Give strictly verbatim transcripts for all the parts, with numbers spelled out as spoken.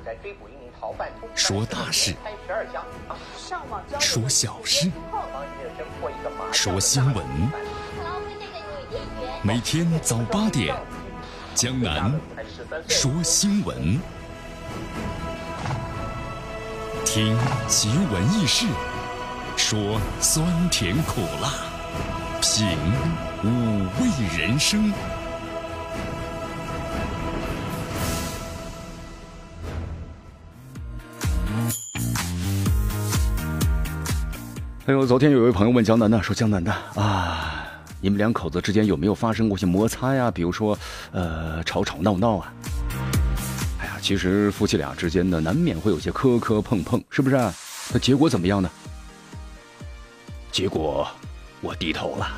说大事，说小事，说新闻。每天早八点，江南说新闻，听奇闻异事，说酸甜苦辣，品五味人生。 哎呦，昨天有一位朋友问江南呢，说江南的啊，你们两口子之间有没有发生过些摩擦呀？比如说，呃，吵吵闹闹啊。哎呀，其实夫妻俩之间呢，难免会有些磕磕碰碰，是不是？那结果怎么样呢？结果我低头了。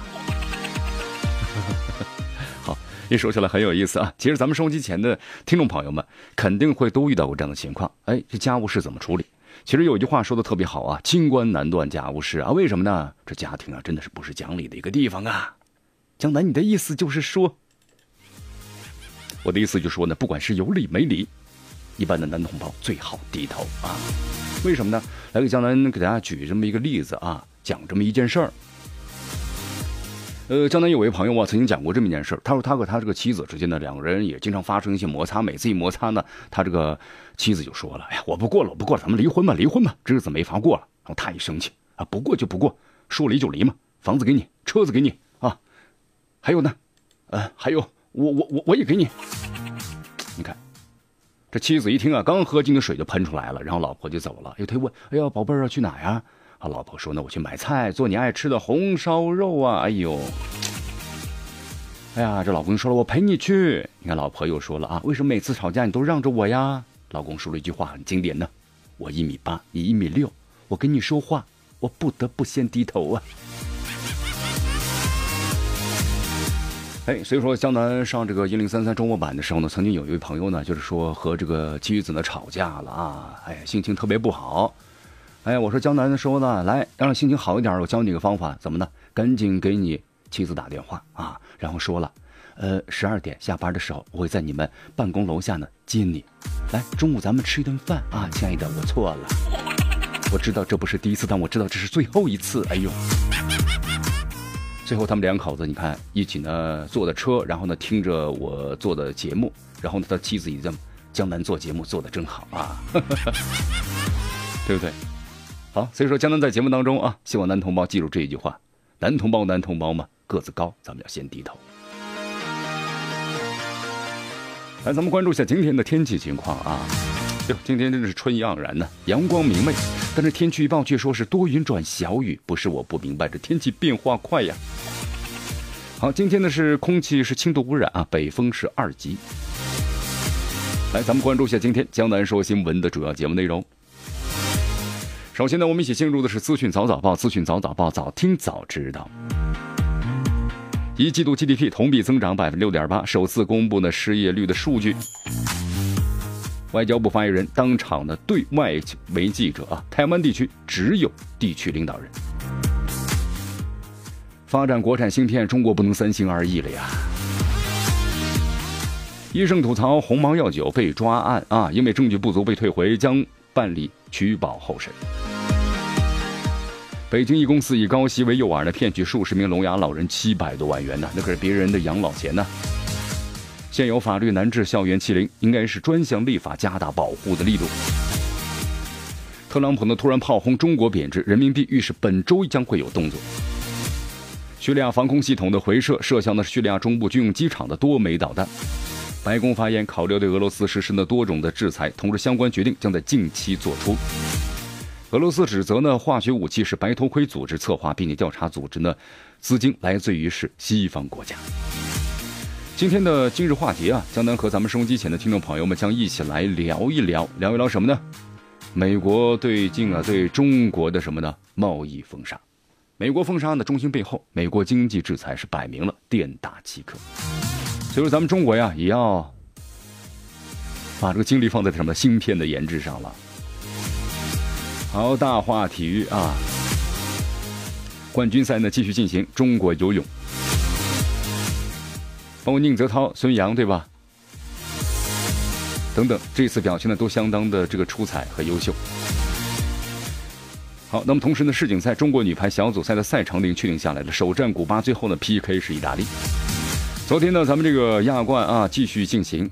好，一说起来很有意思啊。其实咱们收音机前的听众朋友们，肯定会都遇到过这样的情况。哎，这家务事怎么处理？其实有一句话说的特别好啊，清官难断家务事啊。为什么呢？这家庭啊，真的是不是讲理的一个地方啊。江南，你的意思就是说，我的意思就是说呢，不管是有理没理，一般的男同胞最好低头啊。为什么呢？来给江南给大家举这么一个例子啊，讲这么一件事儿。呃，江南有位朋友啊，曾经讲过这么一件事儿。他说他和他这个妻子之间呢，两个人也经常发生一些摩擦。每次一摩擦呢，他这个妻子就说了：“哎呀，我不过了，我不过了，咱们离婚吧，离婚吧，日子没法过了。”然后他一生气啊，不过就不过，说离就离嘛，房子给你，车子给你啊，还有呢，呃，还有我我我我也给你。你看，这妻子一听啊，刚喝进的水就喷出来了，然后老婆就走了。又他问：“哎呀，宝贝儿要去哪呀？”啊，老婆说：“那我去买菜，做你爱吃的红烧肉啊！”哎呦，哎呀，这老公说了：“我陪你去。”你看，老婆又说了啊：“为什么每次吵架你都让着我呀？”老公说了一句话很经典的：“我一米八，你一米六，我跟你说话，我不得不先低头啊。”哎，所以说江南上这个一零三三周末版的时候呢，曾经有一位朋友呢，就是说和这个妻子呢吵架了啊，哎，心情特别不好。哎，我说江南的时候呢，来让心情好一点，我教你个方法，怎么呢？赶紧给你妻子打电话啊，然后说了，呃，十二点下班的时候，我会在你们办公楼下呢接你。来，中午咱们吃一顿饭啊，亲爱的，我错了，我知道这不是第一次，但我知道这是最后一次。哎呦，最后他们两口子，你看一起呢坐的车，然后呢听着我做的节目，然后呢他妻子也这么江南做节目做的真好啊，对不对？好，所以说江南在节目当中啊，希望男同胞记住这一句话：男同胞，男同胞嘛，个子高，咱们要先低头。来，咱们关注一下今天的天气情况啊。哟，今天真的是春意盎然呢，阳光明媚，但是天气预报却说是多云转小雨，不是我不明白，这天气变化快呀。好，今天呢是空气是轻度污染啊，北风是二级。来，咱们关注一下今天江南说新闻的主要节目内容。首先呢，我们一起进入的是资讯早早报，资讯早早报，早听早知道。一季度 G D P 同比增长 百分之六点八， 首次公布了失业率的数据。外交部发言人当场呢对外媒记者啊，台湾地区只有地区领导人。发展国产芯片，中国不能三心二意了呀。医生吐槽鸿茅药酒被抓案啊，因为证据不足被退回，将办理取保候审。北京一公司以高息为诱饵的骗取数十名聋哑老人七百多万元呢，那可是别人的养老钱呢。现有法律难治校园欺凌，应该是专项立法加大保护的力度。特朗普呢突然炮轰中国贬值，人民币预示本周将会有动作。叙利亚防空系统的回射射向的叙利亚中部军用机场的多枚导弹。白宫发言，考虑对俄罗斯实施的多种的制裁，同时相关决定将在近期做出。俄罗斯指责呢，化学武器是白头盔组织策划，并且调查组织呢，资金来自于是西方国家。今天的今日话题啊，江南和咱们收音机前的听众朋友们将一起来聊一聊，聊一聊什么呢？美国最近啊对中国的什么呢？贸易封杀。美国封杀的中心背后，美国经济制裁是摆明了店大欺客。所以说咱们中国呀，也要把这个精力放在什么芯片的研制上了。好，大话体育啊，冠军赛呢继续进行，中国游泳，包括宁泽涛、孙杨，对吧？ 等等，这次表现呢都相当的这个出彩和优秀。好，那么同时呢，世锦赛中国女排小组赛的赛程已经确定下来了，首战古巴，最后呢 P K 是意大利。昨天呢，咱们这个亚冠啊继续进行。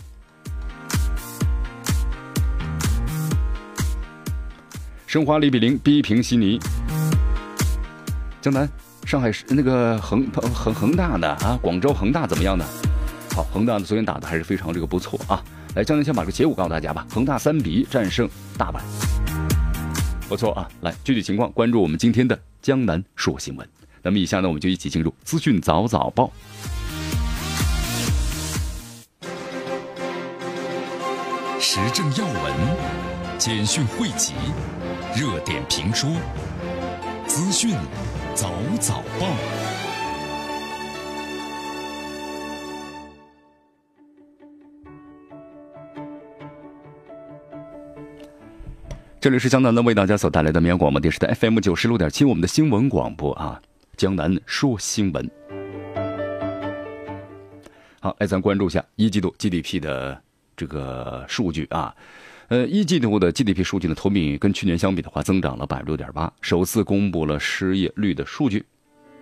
申花零比零逼平悉尼。江南，上海市那个恒恒恒大的啊，广州恒大怎么样呢？好，恒大呢昨天打的还是非常这个不错啊。来，江南先把这个结果告诉大家吧。恒大三比一战胜大阪，不错啊。来，具体情况关注我们今天的江南说新闻。那么以下呢，我们就一起进入资讯早早报。 时政要闻、简讯汇集、热点评说、资讯早早报。 这里是江南的为大家所带来的绵阳广播电视台 F M 九十六点七，我们的新闻广播啊，江南说新闻。好，来咱关注一下一季度 G D P 的这个数据啊。呃，一季度的 G D P 数据呢，同比跟去年相比的话，增长了百分之六点八，首次公布了失业率的数据。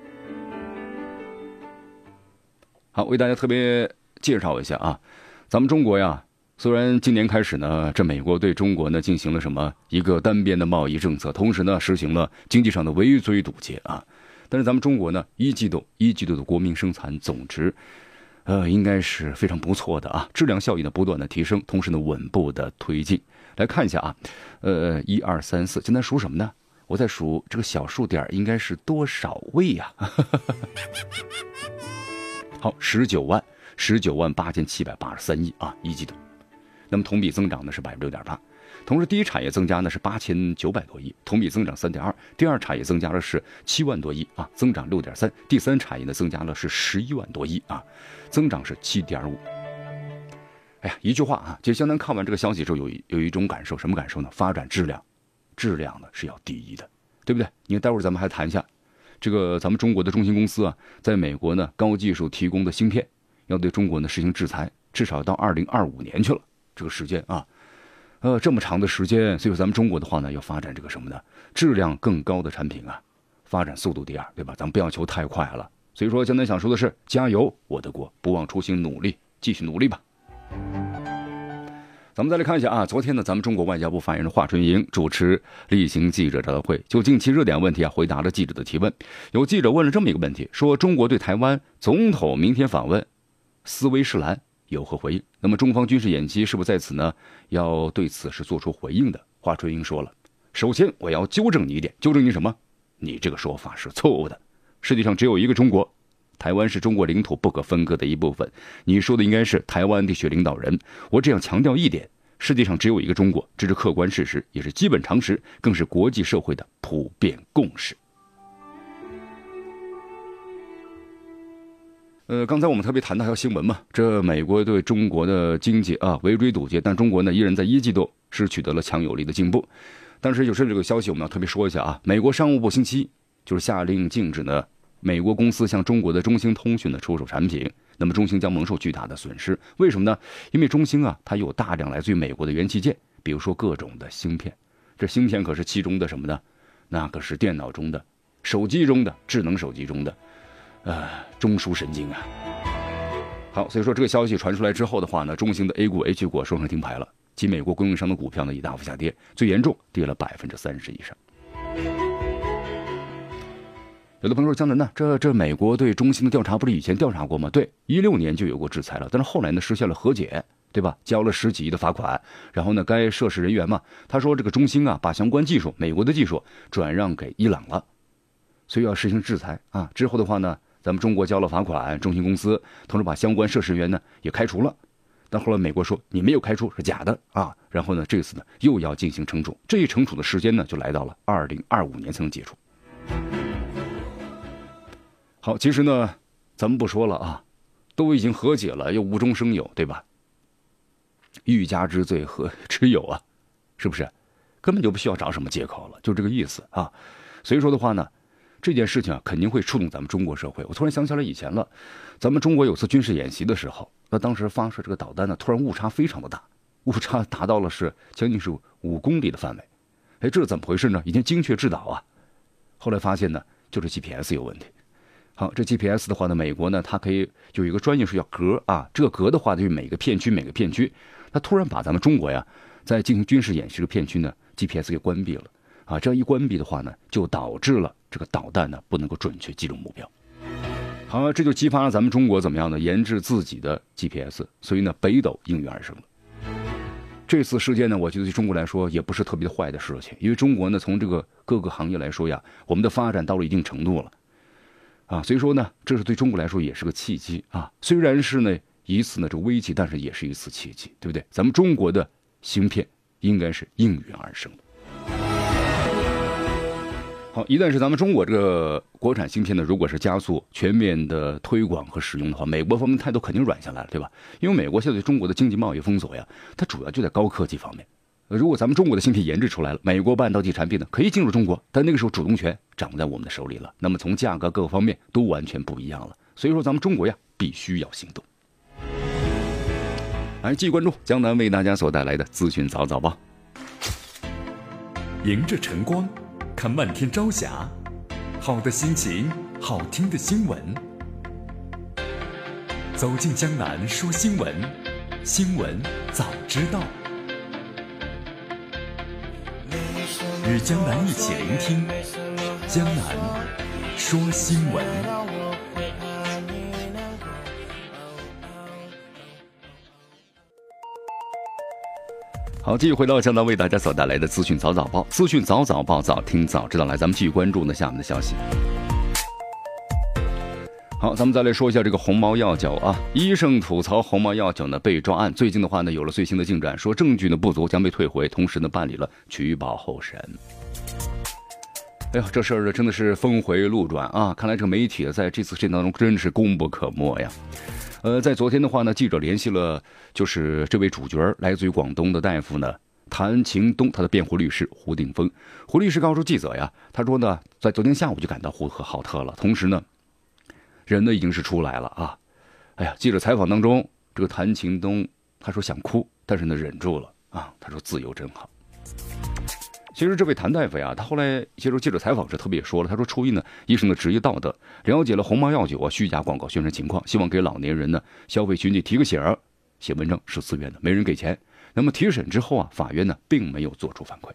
好，为大家特别介绍一下啊，咱们中国呀。虽然今年开始呢，这美国对中国呢进行了什么一个单边的贸易政策，同时呢实行了经济上的围追堵截啊，但是咱们中国呢一季度一季度的国民生产总值，呃，应该是非常不错的啊，质量效益呢不断的提升，同时呢稳步的推进。来看一下啊，呃，一二三四，现在数什么呢？我在数这个小数点应该是多少位呀、啊？好，十九万，十九万八千七百八十三亿啊，一季度。那么同比增长呢是百分之六点八，同时第一产业增加呢是八千九百多亿，同比增长三点二；第二产业增加了是七万多亿啊，增长六点三；第三产业呢增加了是十一万多亿啊，增长是七点五。哎呀，一句话啊，其实相当看完这个消息之后有有一种感受，什么感受呢？发展质量，质量呢是要第一的，对不对？你看待会儿咱们还谈一下这个咱们中国的中芯公司啊，在美国呢高技术提供的芯片要对中国呢实行制裁，至少到二零二五年去了。这个时间啊，呃，这么长的时间，所以说咱们中国的话呢，要发展这个什么呢？质量更高的产品啊，发展速度第二，对吧？咱们不要求太快了。所以说，江南想说的是，加油，我的国，不忘初心，努力，继续努力吧。咱们再来看一下啊，昨天呢，咱们中国外交部发言人华春莹主持例行记者招待会，就近期热点问题啊，回答了记者的提问。有记者问了这么一个问题，说中国对台湾总统明天访问斯威士兰有何回应？那么中方军事演习是不是在此呢要对此是做出回应的？华春莹说了，首先我要纠正你一点，纠正你什么？你这个说法是错误的。世界上只有一个中国，台湾是中国领土不可分割的一部分。你说的应该是台湾地区领导人。我这样强调一点，世界上只有一个中国，这是客观事实，也是基本常识，更是国际社会的普遍共识。呃，刚才我们特别谈到一条新闻嘛，这美国对中国的经济啊围追堵截，但中国呢依然在一季度是取得了强有力的进步。但是有时这个消息我们要特别说一下啊，美国商务部星期一就是下令禁止呢美国公司向中国的中兴通讯的出售产品，那么中兴将蒙受巨大的损失。为什么呢？因为中兴啊它有大量来自于美国的元器件，比如说各种的芯片，这芯片可是其中的什么呢？那可是电脑中的、手机中的、智能手机中的呃，中枢神经啊。好，所以说这个消息传出来之后的话呢，中兴的 A 股、H 股双双停牌了，其美国供应商的股票呢也大幅下跌，最严重跌了百分之三十以上。有的朋友说江南呢，这这美国对中兴的调查不是以前调查过吗？对，一六年就有过制裁了，但是后来呢实现了和解，对吧？交了十几亿的罚款，然后呢该涉事人员嘛，他说这个中兴啊把相关技术，美国的技术转让给伊朗了，所以要实行制裁啊。之后的话呢，咱们中国交了罚款，中兴公司同时把相关涉事人员呢也开除了，但后来美国说你没有开除是假的啊，然后呢这次呢又要进行惩处，这一惩处的时间呢就来到了二零二五年才能解除。好，其实呢咱们不说了啊，都已经和解了，又无中生有，对吧？欲加之罪何之有啊，是不是？根本就不需要找什么借口了，就这个意思啊。所以说的话呢，这件事情啊肯定会触动咱们中国社会。我突然想起来以前了，咱们中国有次军事演习的时候，那当时发射这个导弹呢，突然误差非常的大， 误差达到了是将近是五公里的范围。哎，这是怎么回事呢？已经精确制导啊。后来发现呢，就是 G P S 有问题。好，这 G P S 的话呢，美国呢，它可以有一个专业术语叫格啊，这个格的话就是每个片区每个片区，它突然把咱们中国呀，在进行军事演习的片区呢 ，G P S 给关闭了啊。这样一关闭的话呢，就导致了这个导弹呢不能够准确击中目标。好，这就激发了咱们中国怎么样呢？研制自己的 G P S， 所以呢，北斗应运而生了。这次事件呢，我觉得对中国来说也不是特别的坏的事情，因为中国呢，从这个各个行业来说呀，我们的发展到了一定程度了，啊，所以说呢，这是对中国来说也是个契机啊。虽然是呢一次呢这个危机，但是也是一次契机，对不对？咱们中国的芯片应该是应运而生的。好，一旦是咱们中国这个国产芯片呢，如果是加速全面的推广和使用的话，美国方面态度肯定软下来了，对吧？因为美国现在对中国的经济贸易封锁呀，它主要就在高科技方面。如果咱们中国的芯片研制出来了，美国半导体产品呢可以进入中国，但那个时候主动权掌握在我们的手里了，那么从价格各个方面都完全不一样了。所以说咱们中国呀，必须要行动。来，继续关注江南为大家所带来的资讯早早报。 迎着晨光，看漫天朝霞，好的心情，好听的新闻。走进江南说新闻，新闻早知道。与江南一起聆听江南说新闻。 好，继续回到江南为大家所带来的资讯早早报，资讯早早报，早听早知道。来，咱们继续关注呢下面的消息。好，咱们再来说一下这个鸿茅药酒啊，医生吐槽鸿茅药酒呢被抓案，最近的话呢有了最新的进展，说证据呢不足，将被退回，同时呢办理了取保候审。哎呀，这事儿真的是峰回路转啊！看来这个媒体在这次事件当中真是功不可没呀。呃，在昨天的话呢，记者联系了就是这位主角来自于广东的大夫呢谭晴东，他的辩护律师胡定峰。胡律师告诉记者呀，他说呢，在昨天下午就赶到呼和浩特了，同时呢，人呢已经是出来了啊。哎呀，记者采访当中，这个谭晴东他说想哭，但是呢忍住了啊，他说自由真好。其实这位谭大夫呀，他后来接受记者采访时特别也说了，他说出于呢医生的职业道德，了解了鸿茅药酒啊虚假广告宣传情况，希望给老年人呢消费群体提个醒儿，写文章是自愿的，没人给钱。那么提审之后啊，法院呢并没有做出反馈。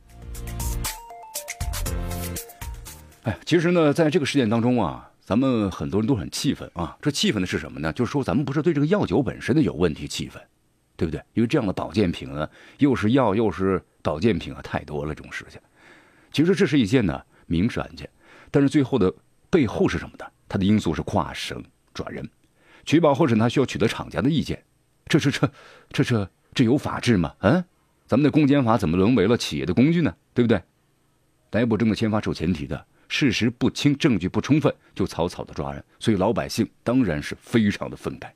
哎，其实呢，在这个事件当中啊，咱们很多人都很气愤啊。这气愤的是什么呢？就是说咱们不是对这个药酒本身的有问题气愤，对不对？因为这样的保健品呢，又是药又是保健品啊，太多了这种事情。其实这是一件呢民事案件，但是最后的背后是什么呢？它的因素是跨省转人，取保候审它需要取得厂家的意见，这是这这这这有法治吗？嗯，咱们的公检法怎么沦为了企业的工具呢？对不对？逮捕证的签发是有前提的，事实不清，证据不充分就草草的抓人，所以老百姓当然是非常的愤慨。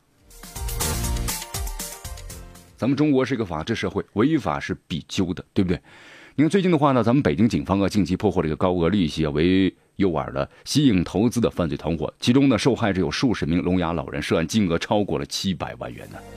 咱们中国是一个法治社会，违法是必究的，对不对？你看最近的话呢，咱们北京警方啊近期破获了一个高额利息啊为诱饵的吸引投资的犯罪团伙，其中呢受害者有数十名聋哑老人，涉案金额超过了七百万元呢。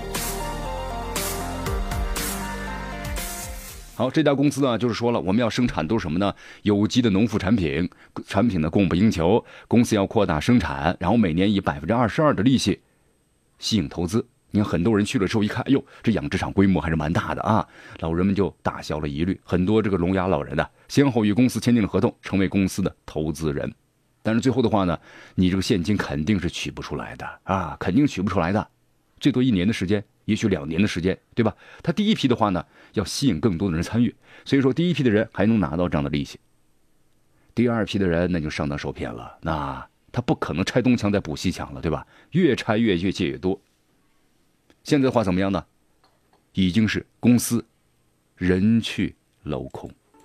好，这家公司呢就是说了，我们要生产都是什么呢？有机的农副产品，产品呢供不应求，公司要扩大生产，然后每年以百分之二十二的利息吸引投资。你看很多人去了之后一看，哎呦，这养殖场规模还是蛮大的啊，老人们就打消了疑虑。很多这个聋哑老人呢、啊，先后与公司签订了合同，成为公司的投资人。但是最后的话呢，你这个现金肯定是取不出来的啊，肯定取不出来的，最多一年的时间，也许两年的时间，对吧？他第一批的话呢，要吸引更多的人参与，所以说第一批的人还能拿到这样的利息，第二批的人那就上当受骗了，那他不可能拆东墙再补西墙了，对吧？越拆越越借越多。现在的话怎么样呢？已经是公司人去楼空。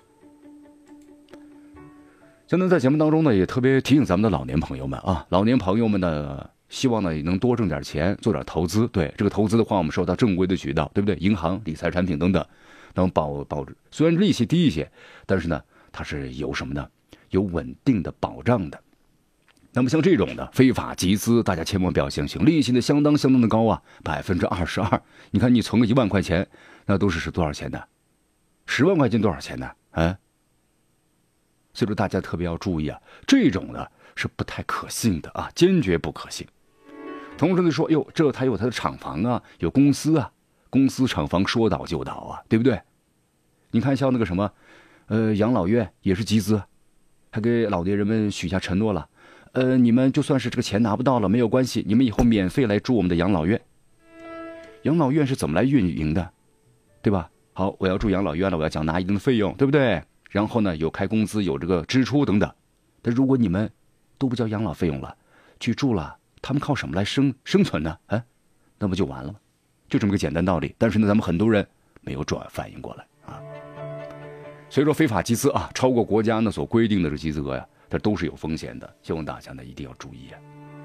现在在节目当中呢，也特别提醒咱们的老年朋友们啊，老年朋友们呢，希望呢也能多挣点钱，做点投资。对这个投资的话，我们说到正规的渠道，对不对？银行、理财产品等等，能保保值。虽然利息低一些，但是呢，它是有什么呢？有稳定的保障的。 那么像这种的非法集资，大家千万不要相信，利息呢相当相当的高啊，百分之二十二。你看你存个一万块钱，那都是是多少钱呢？十万块钱多少钱呢？啊，所以说大家特别要注意啊，这种呢是不太可信的啊，坚决不可信。同时呢说，哟，这他有他的厂房啊，有公司啊，公司厂房说倒就倒啊，对不对？你看像那个什么，呃，养老院也是集资，还给老年人们许下承诺了。呃，你们就算是这个钱拿不到了，没有关系，你们以后免费来住我们的养老院。养老院是怎么来运营的，对吧？好，我要住养老院了，我要缴纳一定的费用，对不对？然后呢，有开工资，有这个支出等等。但如果你们都不交养老费用了，去住了，他们靠什么来生生存呢？啊，那不就完了吗？就这么个简单道理。但是呢，咱们很多人没有转反应过来啊。所以说，非法集资啊，超过国家呢所规定的这集资额呀，它都是有风险的，希望大家呢一定要注意啊。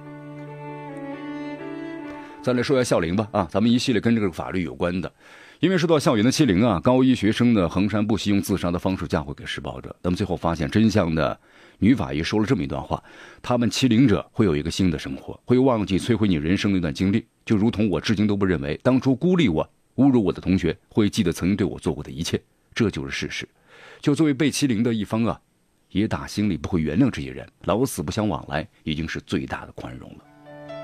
再来说一下校龄吧啊，咱们一系列跟这个法律有关的，因为受到校园的欺凌啊，高一学生呢横山不惜用自杀的方式嫁祸给施暴者。那么最后发现真相的女法医说了这么一段话：他们欺凌者会有一个新的生活，会忘记摧毁你人生的一段经历，就如同我至今都不认为当初孤立我、侮辱我的同学会记得曾经对我做过的一切，这就是事实。就作为被欺凌的一方啊，也打心里不会原谅这些人，老死不相往来，已经是最大的宽容了。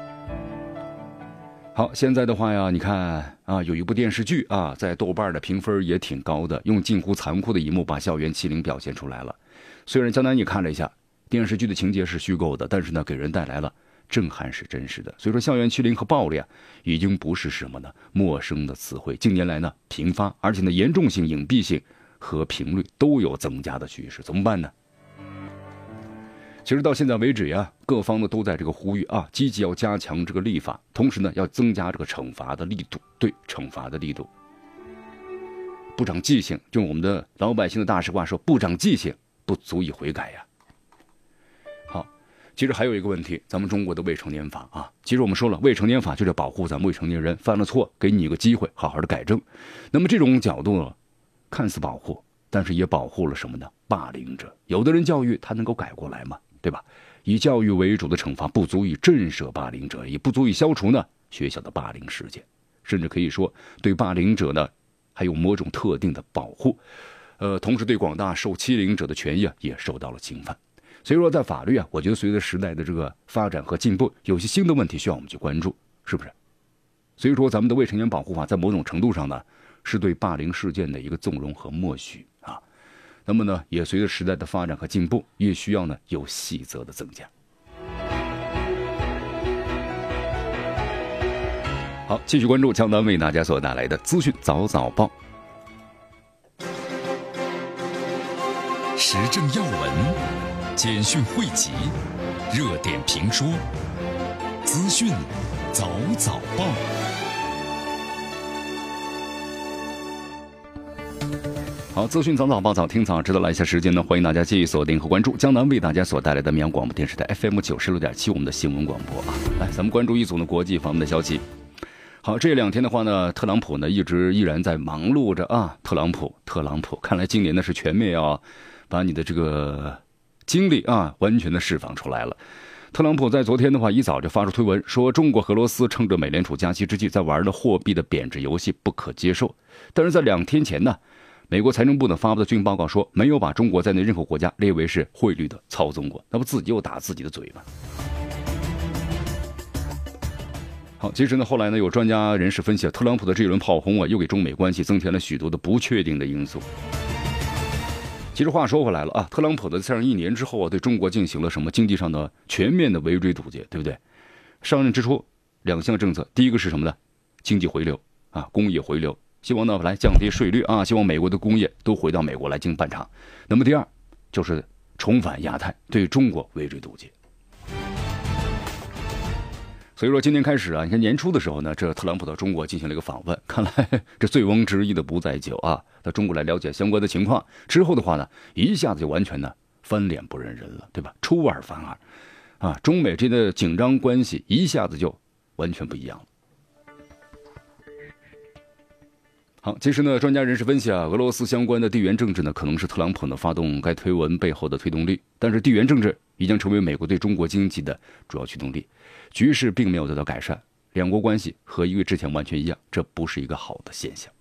好，现在的话呀，你看啊，有一部电视剧啊，在豆瓣的评分也挺高的，用近乎残酷的一幕把校园欺凌表现出来了。虽然江南也看了一下，电视剧的情节是虚构的，但是呢，给人带来了震撼是真实的。所以说，校园欺凌和暴力啊，已经不是什么呢陌生的词汇，近年来呢频发，而且呢严重性、隐蔽性和频率都有增加的趋势，怎么办呢？其实到现在为止呀，各方呢都在这个呼吁啊，积极要加强这个立法，同时呢要增加这个惩罚的力度，对惩罚的力度。不长记性，就我们的老百姓的大实话说，不长记性不足以悔改呀。好，其实还有一个问题，咱们中国的未成年法啊，其实我们说了，未成年法就是保护咱们未成年人犯了错，给你一个机会，好好的改正。那么这种角度呢，看似保护，但是也保护了什么呢？霸凌者。有的人教育他能够改过来吗？对吧？以教育为主的惩罚不足以震慑霸凌者，也不足以消除呢学校的霸凌事件，甚至可以说对霸凌者呢还有某种特定的保护，呃，同时对广大受欺凌者的权益啊也受到了侵犯。所以说，在法律啊，我觉得随着时代的这个发展和进步，有些新的问题需要我们去关注，是不是？所以说，咱们的未成年保护法在某种程度上呢，是对霸凌事件的一个纵容和默许啊。那么呢，也随着时代的发展和进步，也需要呢有细则的增加。好，继续关注江南为大家所带来的资讯早早报， 时政要闻、简讯汇集、热点评说、资讯早早报。 好，资讯早早报，早听早知道。来一下时间呢，欢迎大家继续锁定和关注江南为大家所带来的绵阳广播电视台 F M 九十六点七我们的新闻广播啊。来，咱们关注一组呢国际方面的消息。好，这两天的话呢，特朗普呢一直依然在忙碌着啊。特朗普，特朗普，看来今年呢是全面要把你的这个精力啊完全的释放出来了。特朗普在昨天的话一早就发出推文，说中国和俄罗斯趁着美联储加息之际在玩的货币的贬值游戏不可接受。但是在两天前呢，美国财政部呢发布的最新报告说，没有把中国在内任何国家列为是汇率的操纵国，那不自己又打自己的嘴吗？好，其实呢，后来呢，有专家人士分析，特朗普的这一轮炮轰啊，又给中美关系增添了许多的不确定的因素。其实话说回来了啊，特朗普的在上一年之后啊，对中国进行了什么经济上的全面的围追堵截，对不对？上任之初，两项政策，第一个是什么呢？经济回流啊，工业回流。希望呢来降低税率啊，希望美国的工业都回到美国来进行办厂。那么第二就是重返亚太，对中国围追堵截。所以说今天开始啊，你看年初的时候呢，这特朗普到中国进行了一个访问，看来这醉翁之意的不在酒啊，到中国来了解相关的情况之后的话呢，一下子就完全呢翻脸不认人了，对吧？出尔反尔啊，中美之间的紧张关系一下子就完全不一样了。好，其实呢，专家人士分析啊，俄罗斯相关的地缘政治呢，可能是特朗普呢发动该推文背后的推动力。但是地缘政治已经成为美国对中国经济的主要驱动力。局势并没有得到改善，两国关系和一个月之前完全一样，这不是一个好的现象。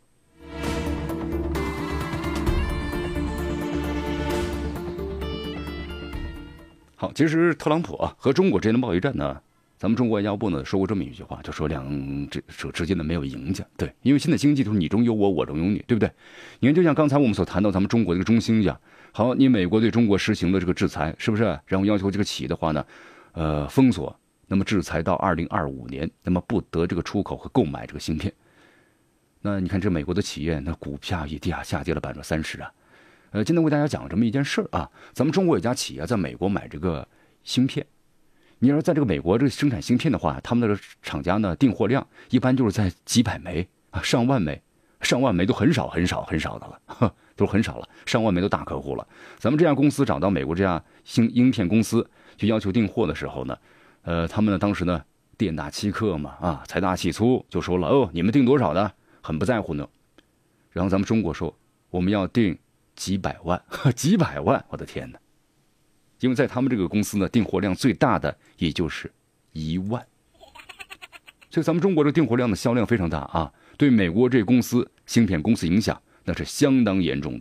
好，其实特朗普啊和中国之间的贸易战呢，咱们中国外交部呢说过这么一句话，就说两者之间的没有赢家。对，因为现在经济都是你中有我，我中有你，对不对？你看，就像刚才我们所谈到咱们中国这个中兴一样，好，你美国对中国实行了这个制裁，是不是？然后要求这个企业的话呢，呃，封锁，那么制裁到二零二五年，那么不得这个出口和购买这个芯片。那你看这美国的企业，那股价也下下跌了百分之三十啊。呃，今天为大家讲这么一件事儿啊，咱们中国有家企业在美国买这个芯片，你要是在这个美国这个生产芯片的话，他们的厂家呢订货量一般就是在几百枚啊，上万枚，上万枚都很少很少很少的了，呵都很少了，上万枚都大客户了。咱们这家公司找到美国这家芯芯片公司去要求订货的时候呢，呃，他们呢当时呢店大欺客嘛，啊，财大气粗，就说了哦，你们订多少的，很不在乎呢。然后咱们中国说我们要订几百万，几百万，我的天哪！因为在他们这个公司呢，订货量最大的也就是一万，所以咱们中国这订货量的销量非常大啊，对美国这公司芯片公司影响那是相当严重的。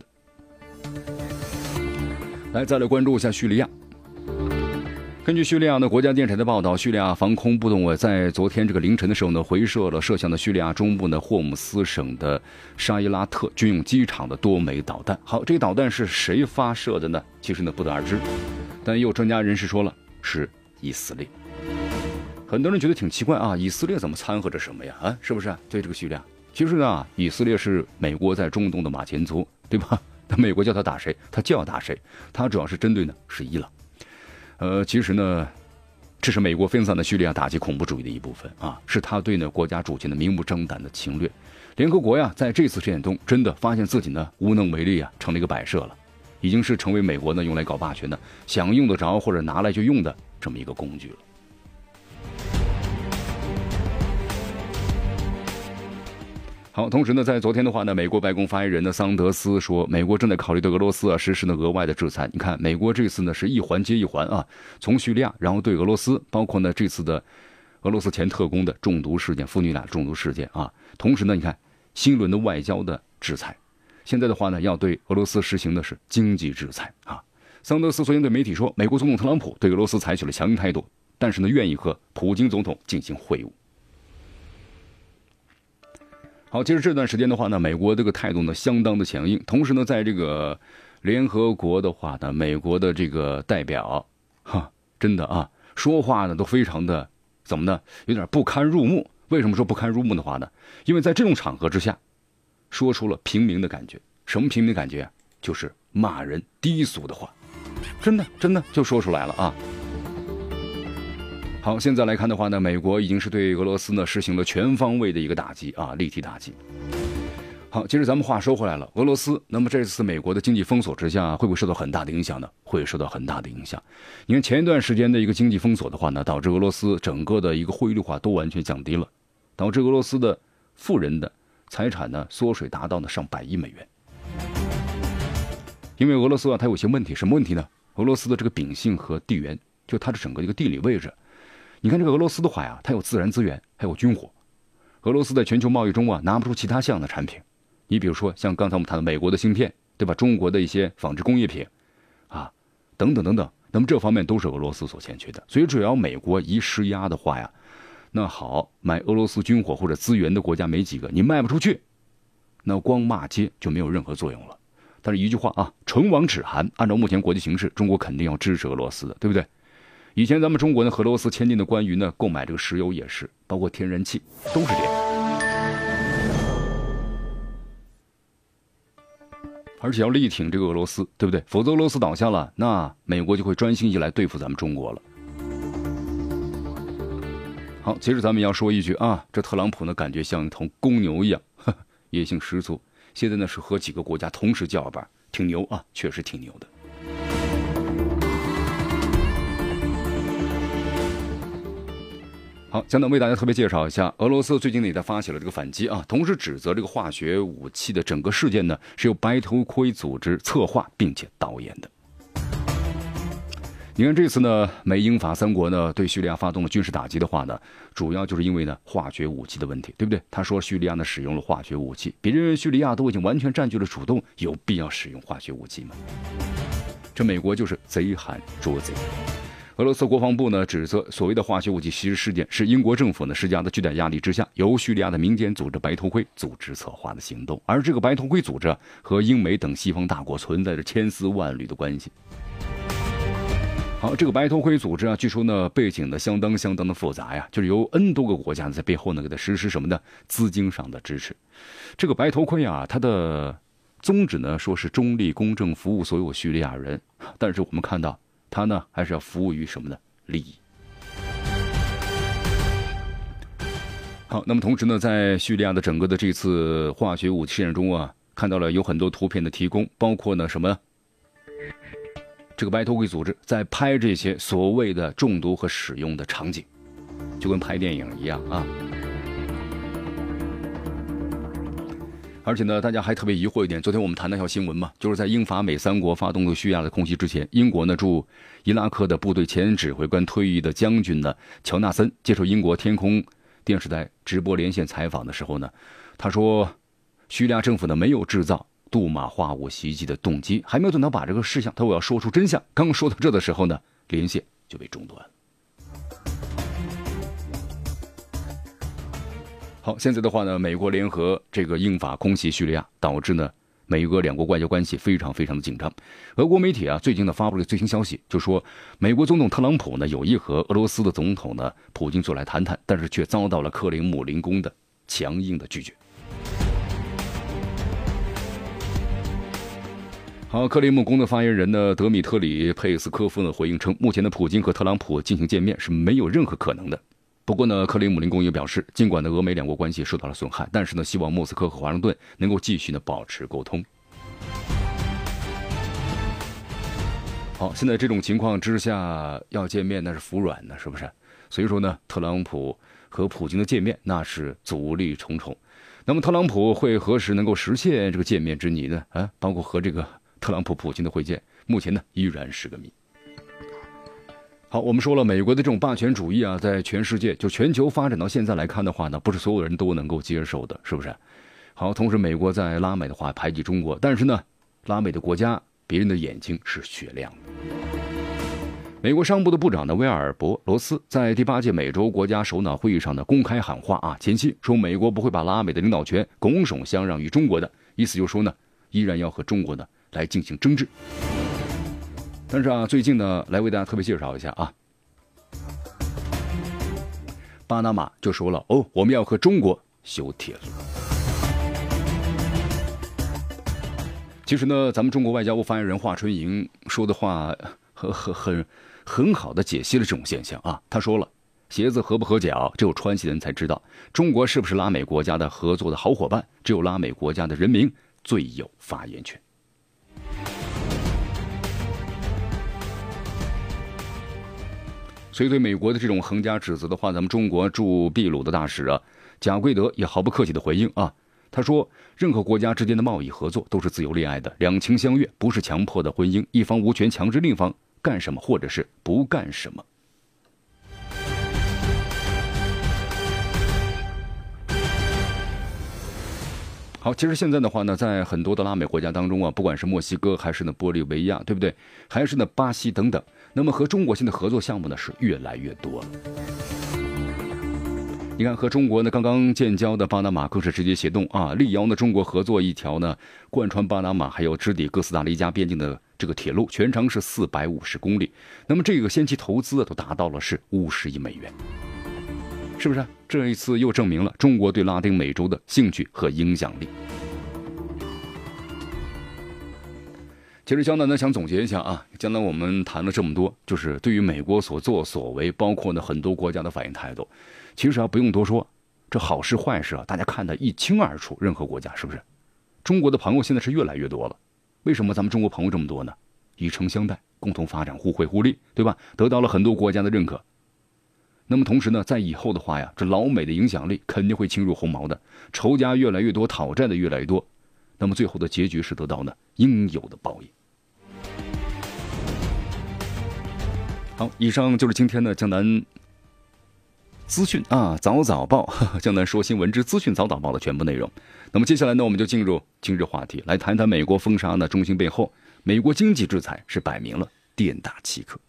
来，再来关注一下叙利亚。根据叙利亚的国家电视台的报道，叙利亚防空部队在昨天这个凌晨的时候呢，回射了射向的叙利亚中部的霍姆斯省的沙伊拉特军用机场的多枚导弹。好，这个导弹是谁发射的呢？其实呢不得而知，但也有专家人士说了是以色列。很多人觉得挺奇怪啊，以色列怎么掺和着什么呀？啊，是不是？对这个叙利亚，其实呢，以色列是美国在中东的马前卒，对吧？那美国叫他打谁，他就要打谁，他主要是针对呢是伊朗。呃，其实呢，这是美国分散的叙利亚打击恐怖主义的一部分啊，是他对呢国家主权的明目张胆的侵略。联合国呀，在这次事件中，真的发现自己呢无能为力啊，成了一个摆设了，已经是成为美国呢用来搞霸权的，想用得着或者拿来就用的这么一个工具了。好，同时呢，在昨天的话呢，美国白宫发言人的桑德斯说，美国正在考虑对俄罗斯啊实施呢额外的制裁。你看，美国这次呢是一环接一环啊，从叙利亚，然后对俄罗斯，包括呢这次的俄罗斯前特工的中毒事件，父女俩中毒事件啊。同时呢，你看新一轮的外交的制裁，现在的话呢，要对俄罗斯实行的是经济制裁啊。桑德斯昨天对媒体说，美国总统特朗普对俄罗斯采取了强硬态度，但是呢，愿意和普京总统进行会晤。好，其实这段时间的话呢，美国这个态度呢相当的强硬，同时呢，在这个联合国的话呢，美国的这个代表，哈，真的啊，说话呢都非常的怎么呢，有点不堪入目。为什么说不堪入目的话呢？因为在这种场合之下，说出了平民的感觉。什么平民的感觉啊？就是骂人低俗的话，真的真的就说出来了啊。好，现在来看的话呢，美国已经是对俄罗斯呢实行了全方位的一个打击啊，立体打击。好，其实咱们话说回来了，俄罗斯，那么这次美国的经济封锁之下，会不会受到很大的影响呢？会受到很大的影响。你看前一段时间的一个经济封锁的话呢，导致俄罗斯整个的一个汇率化都完全降低了，导致俄罗斯的富人的财产呢缩水达到呢上百亿美元。因为俄罗斯啊，它有些问题，什么问题呢？俄罗斯的这个秉性和地缘，就它的整个一个地理位置。你看这个俄罗斯的话呀，它有自然资源，还有军火。俄罗斯在全球贸易中啊，拿不出其他像的产品。你比如说像刚才我们谈的美国的芯片，对吧？中国的一些纺织工业品，啊，等等等等。那么这方面都是俄罗斯所欠缺的。所以只要美国一施压的话呀，那好，买俄罗斯军火或者资源的国家没几个，你卖不出去，那光骂街就没有任何作用了。但是一句话啊，唇亡齿寒。按照目前国际形势，中国肯定要支持俄罗斯的，对不对？以前咱们中国呢和俄罗斯签订的关于呢购买这个石油也是，包括天然气都是这样。而且要力挺这个俄罗斯，对不对？否则俄罗斯倒下了，那美国就会专心一来对付咱们中国了。好，接着咱们要说一句啊，这特朗普呢感觉像一头公牛一样，呵呵，野性十足。现在呢是和几个国家同时叫板，挺牛啊，确实挺牛的。好，将呢为大家特别介绍一下，俄罗斯最近呢也在发起了这个反击啊，同时指责这个化学武器的整个事件呢是由白头盔组织策划并且导演的。 你看这次呢，美英法三国呢对叙利亚发动了军事打击的话呢，主要就是因为呢化学武器的问题，对不对？他说叙利亚呢使用了化学武器，别人叙利亚都已经完全占据了主动，有必要使用化学武器吗？这美国就是贼喊捉贼。俄罗斯国防部呢指责所谓的化学武器袭击事件是英国政府呢施加的巨大压力之下，由叙利亚的民间组织白头盔组织策划的行动，而这个白头盔组织和英美等西方大国存在着千丝万缕的关系。好，这个白头盔组织啊，据说呢背景呢相当相当的复杂呀，就是由 N 多个国家在背后呢给它实施什么呢？资金上的支持。这个白头盔啊，它的宗旨呢说是中立公正服务所有叙利亚人，但是我们看到它呢还是要服务于什么呢？利益。好，那么同时呢，在叙利亚的整个的这次化学武器事件中啊，看到了有很多图片的提供，包括呢什么？这个白头盔组织在拍这些所谓的中毒和使用的场景，就跟拍电影一样啊。而且呢，大家还特别疑惑一点，昨天我们谈那条新闻嘛，就是在英法美三国发动对叙利亚的空袭之前，英国呢驻伊拉克的部队前指挥官退役的将军呢乔纳森接受英国天空电视台直播连线采访的时候呢，他说叙利亚政府呢没有制造杜马化物袭击的动机，还没有等到把这个事项他我要说出真相，刚说到这的时候呢，连线就被中断了。好，现在的话呢，美国联合这个英法空袭叙利亚，导致呢美俄两国外交关系非常非常的紧张。俄国媒体啊最近呢发布了最新消息，就说美国总统特朗普呢有意和俄罗斯的总统呢普京坐来谈谈，但是却遭到了克林姆林宫的强硬的拒绝。好，克里姆宫的发言人呢德米特里佩斯科夫呢回应称，目前的普京和特朗普进行见面是没有任何可能的。不过呢，克里姆林宫也表示，尽管呢俄美两国关系受到了损害，但是呢希望莫斯科和华盛顿能够继续呢保持沟通。好，现在这种情况之下要见面那是服软的，是不是？所以说呢，特朗普和普京的见面那是阻力重重。那么特朗普会何时能够实现这个见面之谜呢？啊，包括和这个特朗普普京的会见，目前呢依然是个谜。好，我们说了，美国的这种霸权主义啊，在全世界就全球发展到现在来看的话呢，不是所有人都能够接受的，是不是？好，同时美国在拉美的话排挤中国，但是呢，拉美的国家别人的眼睛是雪亮的。美国商务部的部长呢威尔伯罗斯在第八届美洲国家首脑会议上呢公开喊话啊，前期说美国不会把拉美的领导权拱手相让于中国的，意思就是说呢，依然要和中国呢来进行争执。但是啊，最近呢，来为大家特别介绍一下啊，巴拿马就说了哦，我们要和中国修铁路。其实呢，咱们中国外交部发言人华春莹说的话很很很很好的解析了这种现象啊。他说了，鞋子合不合脚，只有穿鞋的人才知道，中国是不是拉美国家的合作的好伙伴，只有拉美国家的人民最有发言权。所以对美国的这种横加指责的话，咱们中国驻秘鲁的大使啊贾贵德也毫不客气的回应啊，他说任何国家之间的贸易合作都是自由恋爱的，两情相悦，不是强迫的婚姻，一方无权强制另一方干什么或者是不干什么。好，其实现在的话呢，在很多的拉美国家当中啊，不管是墨西哥还是呢玻利维亚，对不对？还是呢巴西等等，那么和中国现在合作项目呢是越来越多了。你看，和中国呢刚刚建交的巴拿马更是直接协动啊，力邀呢中国合作一条呢贯穿巴拿马还有直抵哥斯达黎加边境的这个铁路，全长是四百五十公里。那么这个先期投资都达到了是五十亿美元。是不是？这一次又证明了中国对拉丁美洲的兴趣和影响力。其实江南呢想总结一下啊，江南我们谈了这么多，就是对于美国所作所为，包括呢很多国家的反应态度，其实啊不用多说，这好事坏事啊大家看得一清二楚。任何国家是不是？中国的朋友现在是越来越多了，为什么咱们中国朋友这么多呢？以诚相待，共同发展，互惠互利，对吧？得到了很多国家的认可。那么同时呢，在以后的话呀，这老美的影响力肯定会侵入鸿毛的，仇家越来越多，讨债的越来越多，那么最后的结局是得到呢应有的报应。 好，以上就是今天的江南资讯啊早早报，江南说新闻之资讯早早报的全部内容。那么接下来呢，我们就进入今日话题，来谈谈美国封杀呢中兴背后，美国经济制裁是摆明了店大欺客。